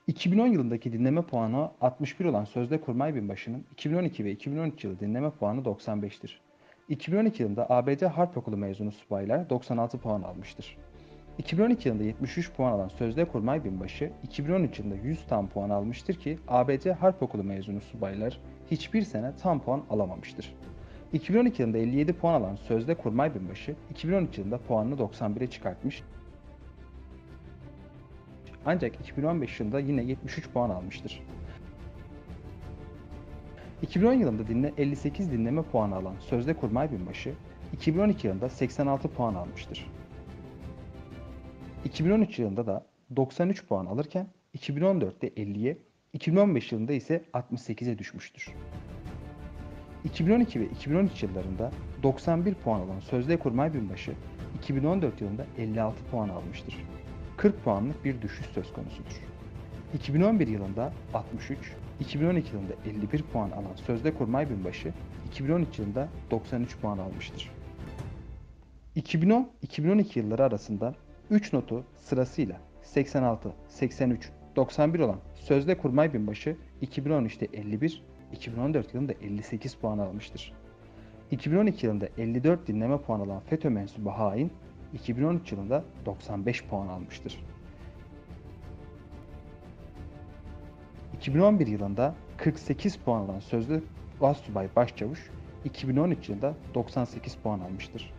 2010 yılındaki dinleme puanı 61 olan Sözde Kurmay Binbaşı'nın 2012 ve 2013 yılı dinleme puanı 95'tir. 2012 yılında ABC Harp Okulu mezunu subaylar 96 puan almıştır. 2012 yılında 73 puan alan Sözde Kurmay Binbaşı, 2013 yılında 100 tam puan almıştır ki ABC Harp Okulu mezunu subaylar hiçbir sene tam puan alamamıştır. 2012 yılında 57 puan alan Sözde Kurmay Binbaşı, 2013 yılında puanını 91'e çıkartmış ancak 2015 yılında yine 73 puan almıştır. 2010 yılında 58 dinleme puanı alan Sözde Kurmay Binbaşı, 2012 yılında 86 puan almıştır. 2013 yılında da 93 puan alırken 2014'te 50'ye, 2015 yılında ise 68'e düşmüştür. 2012 ve 2013 yıllarında 91 puan alan Sözde Kurmay Binbaşı, 2014 yılında 56 puan almıştır. 40 puanlık bir düşüş söz konusudur. 2011 yılında 63, 2012 yılında 51 puan alan Sözde Kurmay Binbaşı, 2013 yılında 93 puan almıştır. 2010-2012 yılları arasında 3 notu sırasıyla 86, 83, 91 olan Sözde Kurmay Binbaşı 2013'te 51, 2014 yılında 58 puan almıştır. 2012 yılında 54 dinleme puan alan FETÖ mensubu hain, 2013 yılında 95 puan almıştır. 2011 yılında 48 puan alan Sözde Astsubay Başçavuş, 2013 yılında 98 puan almıştır.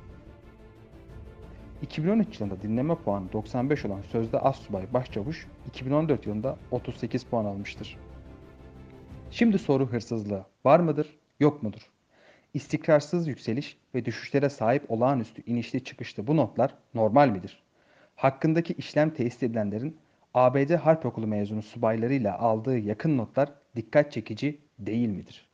2013 yılında dinleme puanı 95 olan Sözde Astsubay Başçavuş, 2014 yılında 38 puan almıştır. Şimdi soru hırsızlığı var mıdır, yok mudur? İstikrarsız yükseliş ve düşüşlere sahip olağanüstü inişli çıkışlı bu notlar normal midir? Hakkındaki işlem tesis edilenlerin ABD Harp Okulu mezunu subaylarıyla aldığı yakın notlar dikkat çekici değil midir?